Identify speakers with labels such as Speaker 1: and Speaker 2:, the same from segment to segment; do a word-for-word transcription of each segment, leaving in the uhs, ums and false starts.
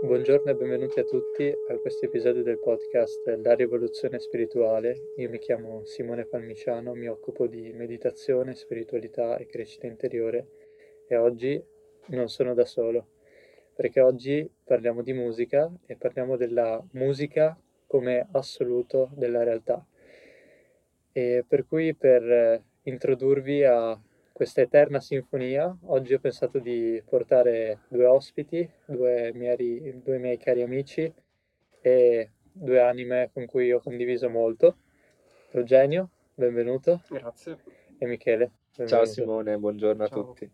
Speaker 1: Buongiorno e benvenuti a tutti a questo episodio del podcast La rivoluzione spirituale. Io mi chiamo Simone Palmiciano, mi occupo di meditazione, spiritualità e crescita interiore e oggi non sono da solo, perché oggi parliamo di musica e parliamo della musica come assoluto della realtà. E per cui per eh, introdurvi a questa eterna sinfonia, oggi ho pensato di portare due ospiti, due miei, due miei cari amici e due anime con cui ho condiviso molto. Eugenio, benvenuto,
Speaker 2: Grazie.
Speaker 1: e Michele,
Speaker 3: Ciao
Speaker 1: benvenuto.
Speaker 3: Simone, buongiorno a
Speaker 2: Ciao.
Speaker 3: tutti.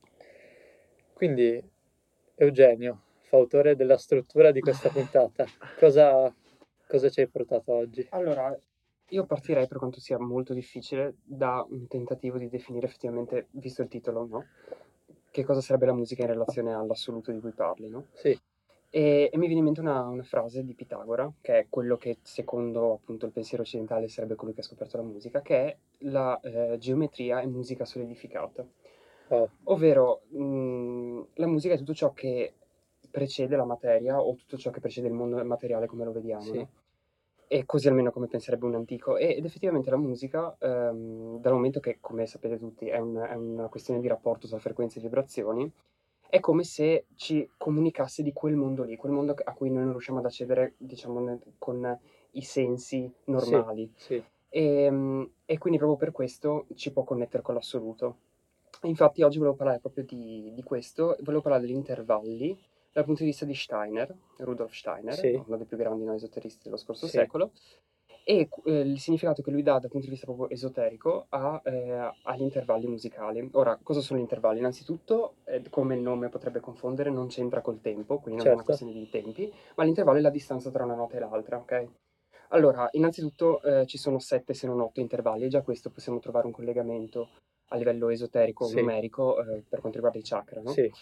Speaker 1: Quindi, Eugenio, fautore della struttura di questa puntata, cosa, cosa ci hai portato oggi?
Speaker 2: Allora, io partirei, per quanto sia molto difficile, da un tentativo di definire effettivamente, visto il titolo, no? Che cosa sarebbe la musica in relazione all'assoluto di cui parli, no?
Speaker 1: Sì,
Speaker 2: E, e mi viene in mente una, una frase di Pitagora, che è quello che secondo appunto il pensiero occidentale sarebbe colui che ha scoperto la musica, che è la eh, geometria è musica solidificata.
Speaker 1: oh,
Speaker 2: Ovvero, mh, la musica è tutto ciò che precede la materia o tutto ciò che precede il mondo materiale come lo vediamo,
Speaker 1: sì,
Speaker 2: no? E così almeno come penserebbe un antico. E- ed effettivamente la musica, ehm, dal momento che, come sapete tutti, è, un- è una questione di rapporto tra frequenze e vibrazioni, è come se ci comunicasse di quel mondo lì, quel mondo a cui noi non riusciamo ad accedere, diciamo, ne- con i sensi
Speaker 1: sì,
Speaker 2: normali.
Speaker 1: sì,
Speaker 2: E, mm, e quindi proprio per questo ci può connettere con l'assoluto. Infatti oggi volevo parlare proprio di, di questo, volevo parlare degli intervalli dal punto di vista di Steiner, Rudolf Steiner,
Speaker 1: sì,
Speaker 2: uno dei più grandi no esoteristi dello scorso
Speaker 1: sì,
Speaker 2: secolo, e eh, il significato che lui dà dal punto di vista proprio esoterico a, eh, agli intervalli musicali. Ora, cosa sono gli intervalli? Innanzitutto, eh, come il nome potrebbe confondere, non c'entra col tempo, quindi non è una
Speaker 1: certo,
Speaker 2: questione di tempi, ma l'intervallo è la distanza tra una nota e l'altra, ok? Allora, innanzitutto eh, ci sono sette se non otto intervalli e già questo possiamo trovare un collegamento a livello esoterico,
Speaker 1: sì,
Speaker 2: numerico, eh, per quanto riguarda i chakra, no?
Speaker 1: sì,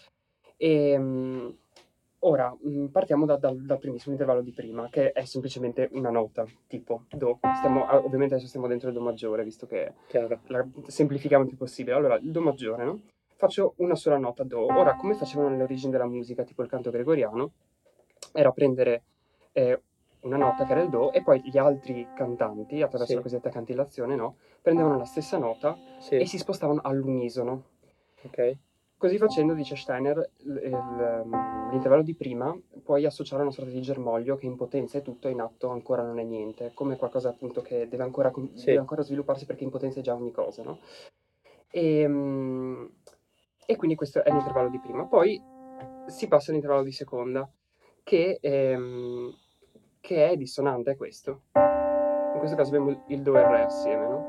Speaker 2: E, mh, ora, mh, partiamo da- dal, dal primissimo intervallo di prima, che è semplicemente una nota, tipo Do. Stiamo, ah, ovviamente adesso stiamo dentro il Do maggiore, visto che
Speaker 1: chiaro,
Speaker 2: la semplifichiamo il più possibile. Allora, il Do maggiore, no? Faccio una sola nota Do. Ora, come facevano nelle origini della musica, tipo il canto gregoriano, era prendere eh, una nota che era il Do e poi gli altri cantanti, attraverso
Speaker 1: sì,
Speaker 2: la cosiddetta cantillazione, no? Prendevano la stessa nota e
Speaker 1: sì,
Speaker 2: si spostavano all'unisono.
Speaker 1: ok,
Speaker 2: Così facendo, dice Steiner, l- il, ehm, l'intervallo di prima puoi associare a una sorta di germoglio che in potenza è tutto e in atto ancora non è niente, come qualcosa appunto che deve ancora, deve
Speaker 1: sì,
Speaker 2: ancora svilupparsi perché in potenza è già ogni cosa, no? E, mm, e quindi questo è l'intervallo di prima. Poi si passa all'intervallo di seconda, che, ehm, che è dissonante, è questo. In questo caso abbiamo il- il Do e il Re assieme, no?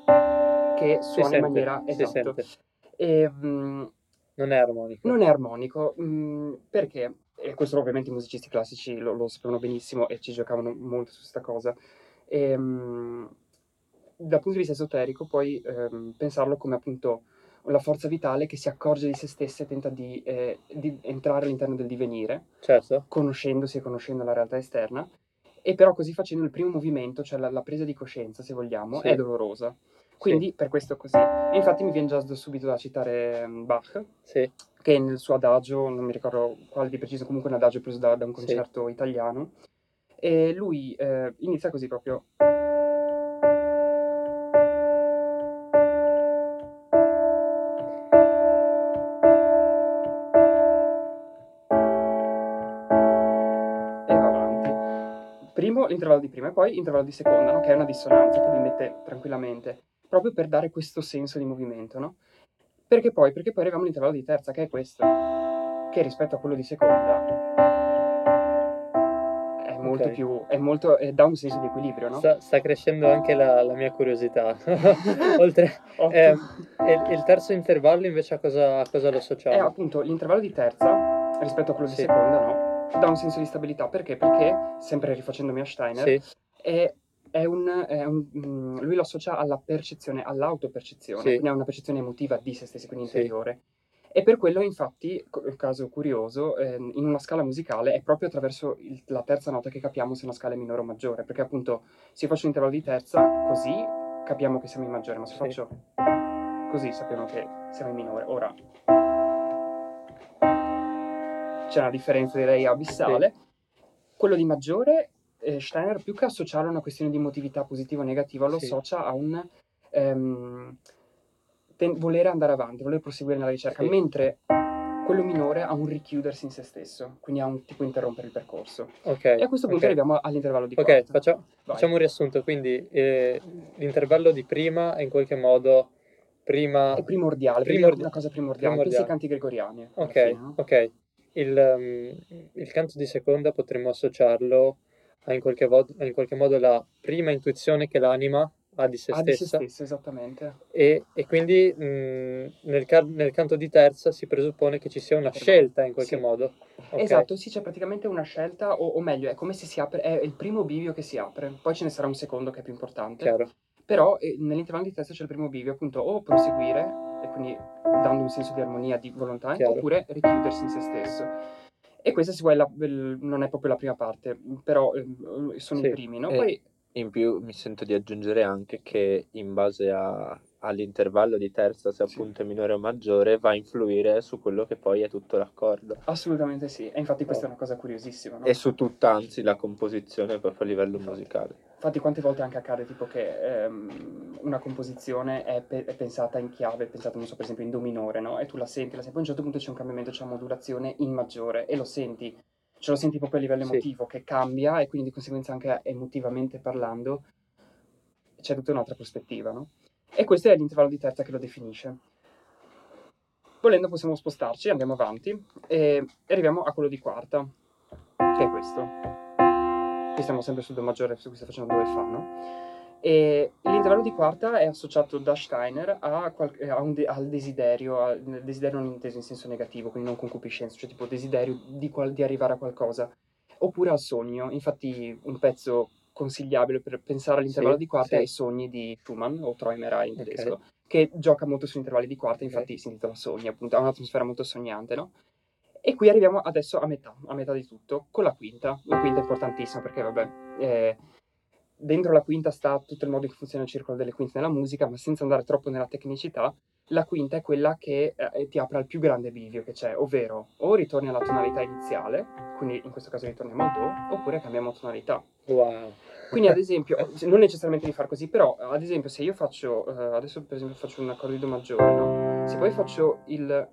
Speaker 2: Che
Speaker 1: si
Speaker 2: suona in
Speaker 1: sente,
Speaker 2: maniera
Speaker 1: si
Speaker 2: esatto.
Speaker 1: sente,
Speaker 2: E, mm,
Speaker 1: non è armonico,
Speaker 2: non è armonico, mm, perché, e questo ovviamente i musicisti classici lo, lo sapevano benissimo e ci giocavano molto su questa cosa, e, mm, dal punto di vista esoterico puoi ehm, pensarlo come appunto la forza vitale che si accorge di se stessa e tenta di, eh, di entrare all'interno del divenire,
Speaker 1: certo,
Speaker 2: conoscendosi e conoscendo la realtà esterna, e però così facendo il primo movimento, cioè la, la presa di coscienza, se vogliamo, è
Speaker 1: sì,
Speaker 2: dolorosa.
Speaker 1: sì,
Speaker 2: Quindi per questo è così. E infatti mi viene già subito da citare mm, Bach,
Speaker 1: sì,
Speaker 2: che nel suo adagio, non mi ricordo quale di preciso, comunque un adagio preso da, da un
Speaker 1: sì,
Speaker 2: concerto italiano, e lui eh, inizia così proprio. E va avanti. Primo l'intervallo di prima e poi l'intervallo di seconda, no? Che è una dissonanza che lui mette tranquillamente, proprio per dare questo senso di movimento, no? Perché poi? Perché poi arriviamo all'intervallo di terza, che è questo, che rispetto a quello di seconda è molto
Speaker 1: ok.
Speaker 2: più, è molto, eh, dà un senso di equilibrio, no?
Speaker 1: Sta, sta crescendo anche la, la mia curiosità. Oltre,
Speaker 2: Ottimo.
Speaker 1: ehm, e il il terzo intervallo invece a cosa, a cosa lo
Speaker 2: È
Speaker 1: associamo?
Speaker 2: appunto l'intervallo di terza rispetto a quello di
Speaker 1: Sì,
Speaker 2: seconda, no? Dà un senso di stabilità. Perché? Perché, sempre rifacendomi a Steiner,
Speaker 1: sì,
Speaker 2: è, è un, è un- mm, lui lo associa alla percezione, all'autopercezione,
Speaker 1: sì,
Speaker 2: quindi a una percezione emotiva di se stessi, quindi
Speaker 1: sì,
Speaker 2: interiore. E per quello, infatti, co- caso curioso, ehm, in una scala musicale è proprio attraverso il- la terza nota che capiamo se una scala è minore o maggiore, perché appunto se io faccio un intervallo di terza, così capiamo che siamo in maggiore, ma se
Speaker 1: sì,
Speaker 2: faccio così sappiamo che siamo in minore. Ora, c'è una differenza direi
Speaker 1: sì,
Speaker 2: abissale, Quello di maggiore, eh, Steiner, più che associarlo a una questione di emotività positiva o negativa, lo
Speaker 1: Sì.
Speaker 2: associa a un ehm, ten- volere andare avanti, voler proseguire nella ricerca,
Speaker 1: Sì.
Speaker 2: mentre quello minore ha un richiudersi in se stesso, quindi ha un tipo interrompere il percorso.
Speaker 1: Ok,
Speaker 2: E a questo punto
Speaker 1: ok.
Speaker 2: arriviamo all'intervallo di
Speaker 1: Ok,
Speaker 2: quarta.
Speaker 1: faccia-
Speaker 2: Vai.
Speaker 1: facciamo un riassunto. Quindi eh, l'intervallo di prima è in qualche modo prima...
Speaker 2: È primordiale, vedi
Speaker 1: primordi-
Speaker 2: una cosa primordiale. Pensi ai
Speaker 1: primordiale.
Speaker 2: canti gregoriani, alla
Speaker 1: Ok,
Speaker 2: fine, no?
Speaker 1: ok. Il, um, il canto di seconda potremmo associarlo a in qualche, vo- a in qualche modo la prima intuizione che l'anima ha di se
Speaker 2: Ah, di se
Speaker 1: stessa.
Speaker 2: stesso, esattamente.
Speaker 1: E, e quindi mh, nel, ca- nel canto di terza si presuppone che ci sia una
Speaker 2: Intervallo.
Speaker 1: scelta in qualche
Speaker 2: Sì.
Speaker 1: modo. Ok.
Speaker 2: Esatto, sì, c'è praticamente una scelta, o, o meglio, è come se si apre, è il primo bivio che si apre, poi ce ne sarà un secondo che è più importante,
Speaker 1: Chiaro.
Speaker 2: però eh, nell'intervallo di terza c'è il primo bivio, appunto, o proseguire, e quindi dando un senso di armonia, di volontà,
Speaker 1: Chiaro.
Speaker 2: oppure richiudersi in se stesso. E questa, se vuoi, la- il- non è proprio la prima parte, però eh, sono
Speaker 1: Sì.
Speaker 2: i primi, no?
Speaker 3: E
Speaker 2: Poi
Speaker 3: in più mi sento di aggiungere anche che in base a- all'intervallo di terza, se
Speaker 2: Sì.
Speaker 3: appunto è minore o maggiore, va a influire su quello che poi è tutto l'accordo.
Speaker 2: assolutamente sì, e infatti questa è una cosa curiosissima, no?
Speaker 3: E su tutta, anzi, la composizione proprio a livello musicale.
Speaker 2: Infatti quante volte anche accade tipo che ehm, una composizione è, pe- è pensata in chiave, è pensata, non so, per esempio in do minore, no? E tu la senti, la senti, poi a un certo punto c'è un cambiamento, c'è una modulazione in maggiore e lo senti, ce lo senti proprio a livello
Speaker 1: Sì.
Speaker 2: emotivo, che cambia e quindi di conseguenza anche emotivamente parlando c'è tutta un'altra prospettiva, no? E questo è l'intervallo di terza che lo definisce. Volendo possiamo spostarci, andiamo avanti e arriviamo a quello di quarta, che è questo. Qui stiamo sempre sul do maggiore, su cui sta facendo do e fa, no? E l'intervallo di quarta è associato da Steiner a qual- a un de- al desiderio, al desiderio non inteso in senso negativo, quindi non concupiscenza, cioè tipo desiderio di, qual- di arrivare a qualcosa, oppure al sogno. Infatti un pezzo consigliabile per pensare all'intervallo
Speaker 1: Sì,
Speaker 2: di quarta
Speaker 1: sì.
Speaker 2: è I sogni di Schumann, o Träumerei in
Speaker 1: Ok.
Speaker 2: tedesco, che gioca molto su intervalli di quarta,
Speaker 1: Ok.
Speaker 2: infatti si intitola Sogni, appunto, ha un'atmosfera molto sognante, no? E qui arriviamo adesso a metà, a metà di tutto, con la quinta. La quinta è importantissima perché, vabbè, eh, dentro la quinta sta tutto il modo in cui funziona il circolo delle quinte nella musica, ma senza andare troppo nella tecnicità, la quinta è quella che eh, ti apre al più grande bivio che c'è, ovvero o ritorni alla tonalità iniziale, quindi in questo caso ritorniamo al do, oppure cambiamo tonalità.
Speaker 1: Wow.
Speaker 2: Quindi ad esempio, non necessariamente di far così, però ad esempio se io faccio, eh, adesso per esempio faccio un accordo di do maggiore, no? Se poi faccio il,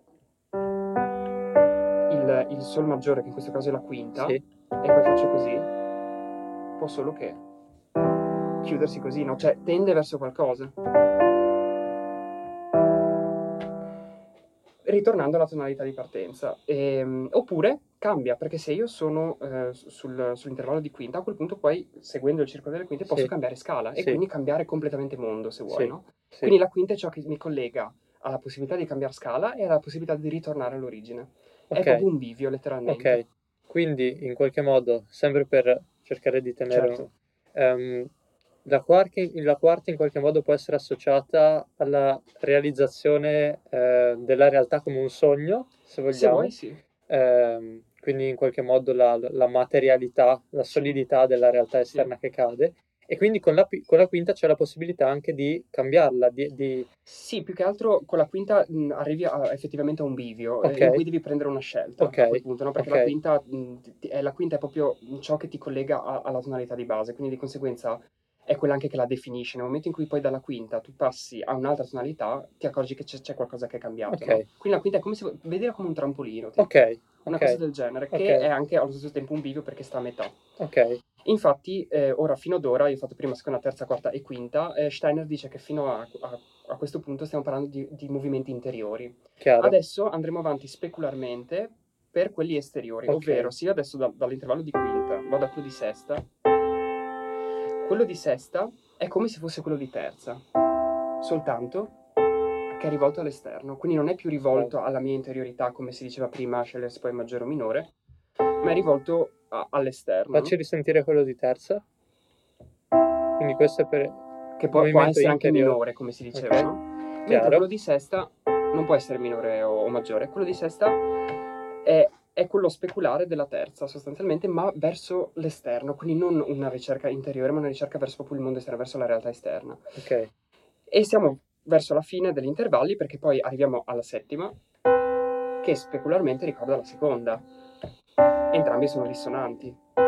Speaker 2: il, il sol maggiore, che in questo caso è la quinta,
Speaker 1: Sì.
Speaker 2: e poi faccio così, può solo che chiudersi così, no? Cioè tende verso qualcosa. Ritornando alla tonalità di partenza. Ehm, oppure cambia, perché se io sono eh, sul- sull'intervallo di quinta, a quel punto poi, seguendo il circolo delle quinte, posso
Speaker 1: Sì.
Speaker 2: cambiare scala e
Speaker 1: Sì.
Speaker 2: quindi cambiare completamente mondo, se vuoi,
Speaker 1: Sì.
Speaker 2: no?
Speaker 1: Sì.
Speaker 2: Quindi la quinta è ciò che mi collega alla possibilità di cambiare scala e alla possibilità di ritornare all'origine. È
Speaker 1: Ok.
Speaker 2: proprio un bivio, letteralmente.
Speaker 1: Ok. Quindi in qualche modo, sempre per cercare di tenere
Speaker 2: Certo.
Speaker 1: ehm, la quarta, la quarta in qualche modo può essere associata alla realizzazione eh, della realtà come un sogno, se
Speaker 2: Se
Speaker 1: vogliamo.
Speaker 2: vuoi, sì.
Speaker 1: Ehm, quindi in qualche modo la, la materialità, la solidità della realtà esterna che cade. E quindi con la, pi- con la quinta c'è la possibilità anche di cambiarla, di, di-
Speaker 2: Sì, più che altro con la quinta mh, arrivi a- effettivamente a un bivio eh,
Speaker 1: Ok.
Speaker 2: in cui devi prendere una scelta
Speaker 1: Ok,
Speaker 2: a quel punto, no? Perché
Speaker 1: ok.
Speaker 2: la quinta, mh, ti- è, la quinta è proprio ciò che ti collega a- alla tonalità di base, quindi di conseguenza è quella anche che la definisce. Nel momento in cui poi dalla quinta tu passi a un'altra tonalità, ti accorgi che c'è, c'è qualcosa che è cambiato,
Speaker 1: Ok.
Speaker 2: no? Quindi la quinta è come se vedere come un trampolino, tipo.
Speaker 1: Ok,
Speaker 2: Una
Speaker 1: ok,
Speaker 2: cosa del genere, che
Speaker 1: ok.
Speaker 2: è anche allo stesso tempo un bivio perché sta a metà.
Speaker 1: ok,
Speaker 2: Infatti, eh, ora fino ad ora, io ho fatto prima, seconda, terza, quarta e quinta, eh, Steiner dice che fino a, a- a questo punto stiamo parlando di, di movimenti interiori.
Speaker 1: chiaro.
Speaker 2: Adesso andremo avanti specularmente per quelli esteriori,
Speaker 1: Ok.
Speaker 2: ovvero se io adesso da- dall'intervallo di quinta vado a quello di sesta, quello di sesta è come se fosse quello di terza, soltanto che è rivolto all'esterno, quindi non è più rivolto alla mia interiorità, come si diceva prima, scegliersi poi maggiore o minore, ma è rivolto a- all'esterno.
Speaker 1: Facci
Speaker 2: no?
Speaker 1: risentire quello di terza. Quindi questo è per
Speaker 2: Che può, può
Speaker 1: movimento
Speaker 2: essere anche
Speaker 1: interiore.
Speaker 2: minore, come si diceva,
Speaker 1: Ok,
Speaker 2: no? Mentre
Speaker 1: chiaro.
Speaker 2: quello di sesta non può essere minore o, o maggiore. Quello di sesta è, è quello speculare della terza, sostanzialmente, ma verso l'esterno, quindi non una ricerca interiore, ma una ricerca verso proprio il mondo esterno, verso la realtà esterna.
Speaker 1: Ok,
Speaker 2: E siamo verso la fine degli intervalli, perché poi arriviamo alla settima, che specularmente ricorda la seconda. Entrambi sono dissonanti.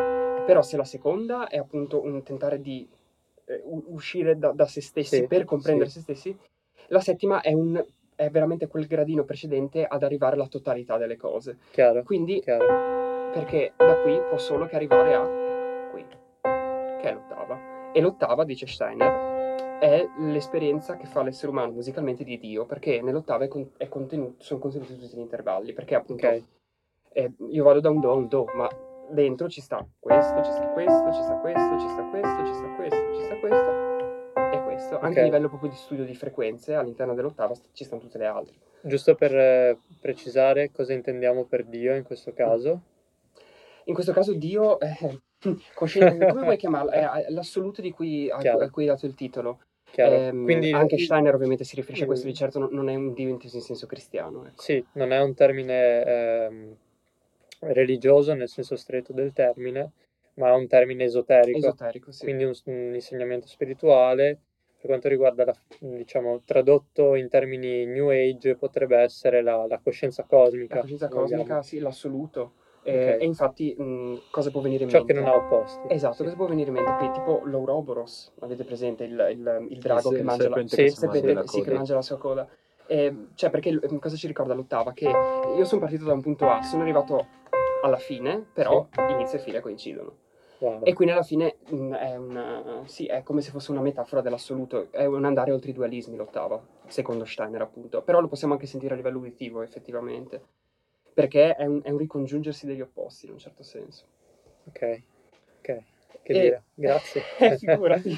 Speaker 2: Però se la seconda è appunto un tentare di eh, uscire da, da se stessi
Speaker 1: Sì,
Speaker 2: per comprendere
Speaker 1: sì.
Speaker 2: se stessi, la settima è, un, è veramente quel gradino precedente ad arrivare alla totalità delle cose.
Speaker 1: Chiaro,
Speaker 2: Quindi,
Speaker 1: chiaro.
Speaker 2: perché da qui può solo che arrivare a qui, che è l'ottava. E l'ottava, dice Steiner, è l'esperienza che fa l'essere umano musicalmente di Dio, perché nell'ottava è con- è contenuto, sono contenuti tutti gli intervalli, perché appunto
Speaker 1: Ok,
Speaker 2: eh, io vado da un do a un do, ma dentro ci sta questo, ci sta questo, ci sta questo, ci sta questo, ci sta questo, ci sta questo e questo. Anche a
Speaker 1: ok.
Speaker 2: livello proprio di studio di frequenze, all'interno dell'ottava st- ci stanno tutte le altre.
Speaker 1: Giusto per eh, precisare cosa intendiamo per Dio in questo caso.
Speaker 2: In questo caso Dio, eh, cosciente, come vuoi chiamarlo? È l'assoluto di cui, a,
Speaker 1: Chiaro.
Speaker 2: a cui hai dato il titolo.
Speaker 1: Chiaro.
Speaker 2: Ehm,
Speaker 1: Quindi
Speaker 2: anche
Speaker 1: il-
Speaker 2: Steiner ovviamente si riferisce a questo, di
Speaker 1: il-
Speaker 2: certo non, non è un Dio inteso in senso cristiano. Ecco.
Speaker 1: Sì, non è un termine ehm, religioso nel senso stretto del termine, ma è un termine esoterico,
Speaker 2: Esoterico, sì.
Speaker 1: quindi un, un insegnamento spirituale. Per quanto riguarda, la, diciamo, tradotto in termini New Age, potrebbe essere la, la coscienza cosmica.
Speaker 2: La coscienza
Speaker 1: se vogliamo.
Speaker 2: cosmica, sì, l'assoluto. Eh,
Speaker 1: Ok.
Speaker 2: E infatti, mh, cosa può venire in
Speaker 1: Ciò
Speaker 2: mente?
Speaker 1: che non ha opposti.
Speaker 2: Esatto,
Speaker 1: Sì.
Speaker 2: cosa può venire in mente qui? Tipo l'Ouroboros, avete presente il, il, il drago
Speaker 3: Il-
Speaker 2: che
Speaker 3: il
Speaker 2: mangia la,
Speaker 3: serpente
Speaker 1: che
Speaker 2: il
Speaker 1: si
Speaker 2: serpente-
Speaker 3: mangia la
Speaker 2: sì, che
Speaker 3: coda.
Speaker 2: mangia la sua coda. Eh, cioè, perché il- cosa ci ricorda l'ottava? Che io sono partito da un punto A, sono arrivato alla fine, però inizio e fine coincidono.
Speaker 1: Wow.
Speaker 2: E quindi alla fine mh, è, una, sì, è come se fosse una metafora dell'assoluto, è un andare oltre i dualismi l'ottava, secondo Steiner appunto. Però lo possiamo anche sentire a livello uditivo effettivamente, perché è un, è un ricongiungersi degli opposti in un certo senso.
Speaker 1: Ok, ok, che
Speaker 2: E-
Speaker 1: dire, grazie.
Speaker 2: Eh, figurati.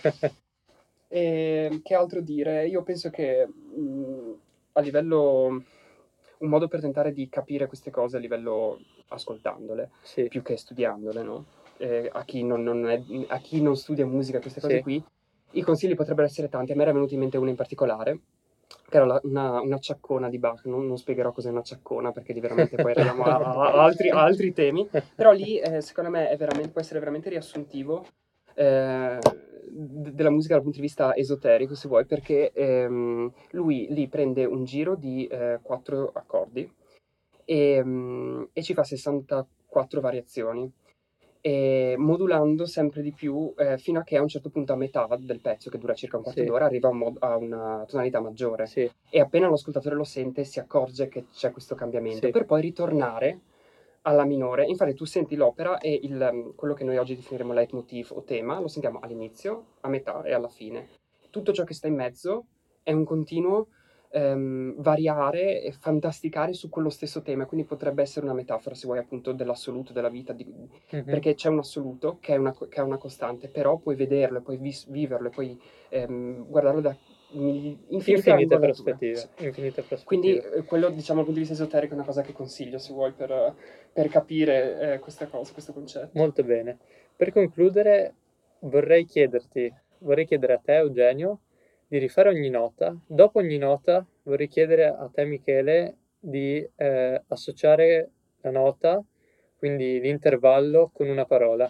Speaker 2: E che altro dire? Io penso che mh, a livello, un modo per tentare di capire queste cose a livello ascoltandole,
Speaker 1: Sì,
Speaker 2: più che studiandole, no? Eh, a, chi non, non è- a chi non studia musica, queste cose
Speaker 1: sì.
Speaker 2: qui, i consigli potrebbero essere tanti. A me era venuto in mente uno in particolare, che era la- una, una ciaccona di Bach. Non, non spiegherò cos'è una ciaccona, perché lì veramente poi arriviamo a, a altri, a altri temi. Però lì, eh, secondo me, è veramente, può essere veramente riassuntivo eh, d- della musica dal punto di vista esoterico, se vuoi, perché ehm, lui lì prende un giro di eh, quattro accordi e, mm, e ci fa sessantaquattro variazioni, e modulando sempre di più eh, fino a che a un certo punto a metà del pezzo, che dura circa un quarto
Speaker 1: Sì.
Speaker 2: d'ora, arriva a, un mod- a una tonalità maggiore.
Speaker 1: Sì,
Speaker 2: E appena l'ascoltatore lo sente si accorge che c'è questo cambiamento,
Speaker 1: Sì.
Speaker 2: per poi ritornare alla minore. Infatti tu senti l'opera e il, um, quello che noi oggi definiremo leitmotiv o tema lo sentiamo all'inizio, a metà e alla fine. Tutto ciò che sta in mezzo è un continuo ehm, variare e fantasticare su quello stesso tema, quindi potrebbe essere una metafora, se vuoi, appunto dell'assoluto della vita, di-
Speaker 1: Mhm.
Speaker 2: perché c'è un assoluto che è una, co- che è una costante, però puoi vederlo, puoi vis- viverlo, puoi ehm, guardarlo da mil- infinite
Speaker 1: Infinite
Speaker 2: angolature.
Speaker 1: prospettive,
Speaker 2: Sì.
Speaker 1: infinite prospettive.
Speaker 2: Quindi eh, quello, diciamo, dal punto di vista esoterico è una cosa che consiglio, se vuoi, per, per capire eh, questa cosa, questo concetto.
Speaker 1: Molto bene. Per concludere, vorrei chiederti, vorrei chiedere a te, Eugenio, di rifare ogni nota. Dopo ogni nota, vorrei chiedere a te, Michele, di eh, associare la nota, quindi l'intervallo, con una parola.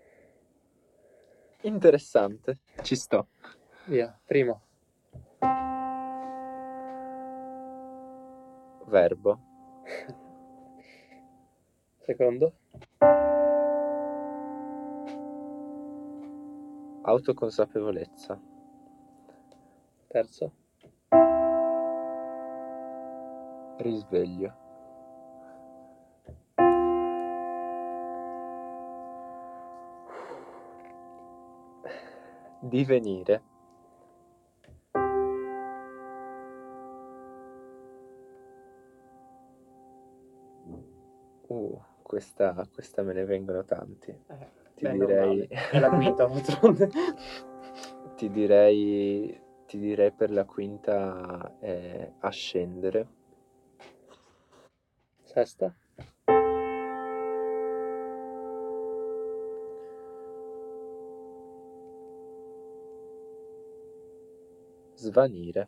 Speaker 3: Interessante, ci sto.
Speaker 1: Via, primo.
Speaker 3: Verbo.
Speaker 1: Secondo.
Speaker 3: Autoconsapevolezza.
Speaker 1: Terzo.
Speaker 3: Risveglio. Divenire. Uh, questa, questa me ne vengono tanti.
Speaker 2: Eh,
Speaker 3: Ti
Speaker 2: beh,
Speaker 3: direi...
Speaker 2: normale. È la quinta, d'altronde.
Speaker 3: ti direi... Ti direi per la quinta eh, ascendere.
Speaker 1: Sesta.
Speaker 3: Svanire.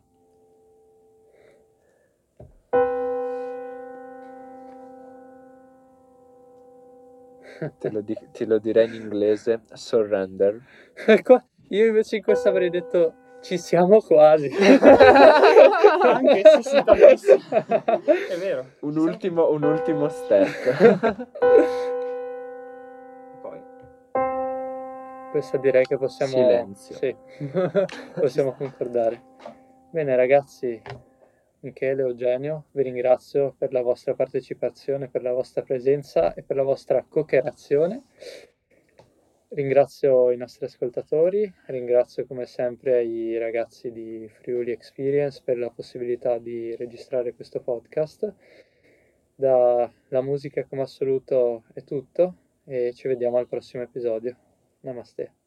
Speaker 3: Te lo, di- te lo direi in inglese, surrender.
Speaker 1: Qua- Io invece in questo avrei detto ci siamo quasi.
Speaker 2: Anche sì, sì, tantissimo. È vero.
Speaker 3: Un
Speaker 2: Ci siamo-
Speaker 3: ultimo, un ultimo step.
Speaker 2: Poi
Speaker 1: questa direi che possiamo...
Speaker 3: Silenzio.
Speaker 1: Sì, possiamo concordare. Bene ragazzi, Michele, Eugenio, vi ringrazio per la vostra partecipazione, per la vostra presenza e per la vostra cooperazione. Ringrazio i nostri ascoltatori, ringrazio come sempre i ragazzi di Friuli Experience per la possibilità di registrare questo podcast. Dalla musica come assoluto è tutto e ci vediamo al prossimo episodio. Namaste.